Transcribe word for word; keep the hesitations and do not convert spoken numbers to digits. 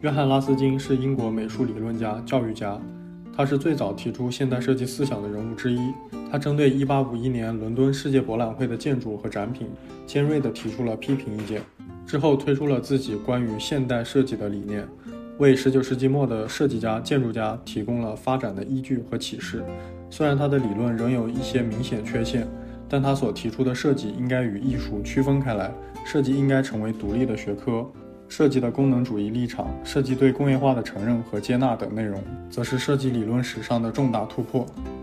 约翰·拉斯金是英国美术理论家、教育家，他是最早提出现代设计思想的人物之一。他针对一八五一年伦敦世界博览会的建筑和展品，尖锐地提出了批评意见。之后推出了自己关于现代设计的理念，为十九世纪末的设计家、建筑家提供了发展的依据和启示。虽然他的理论仍有一些明显缺陷，但他所提出的设计应该与艺术区分开来，设计应该成为独立的学科。设计的功能主义立场、设计对工业化的承认和接纳等内容，则是设计理论史上的重大突破。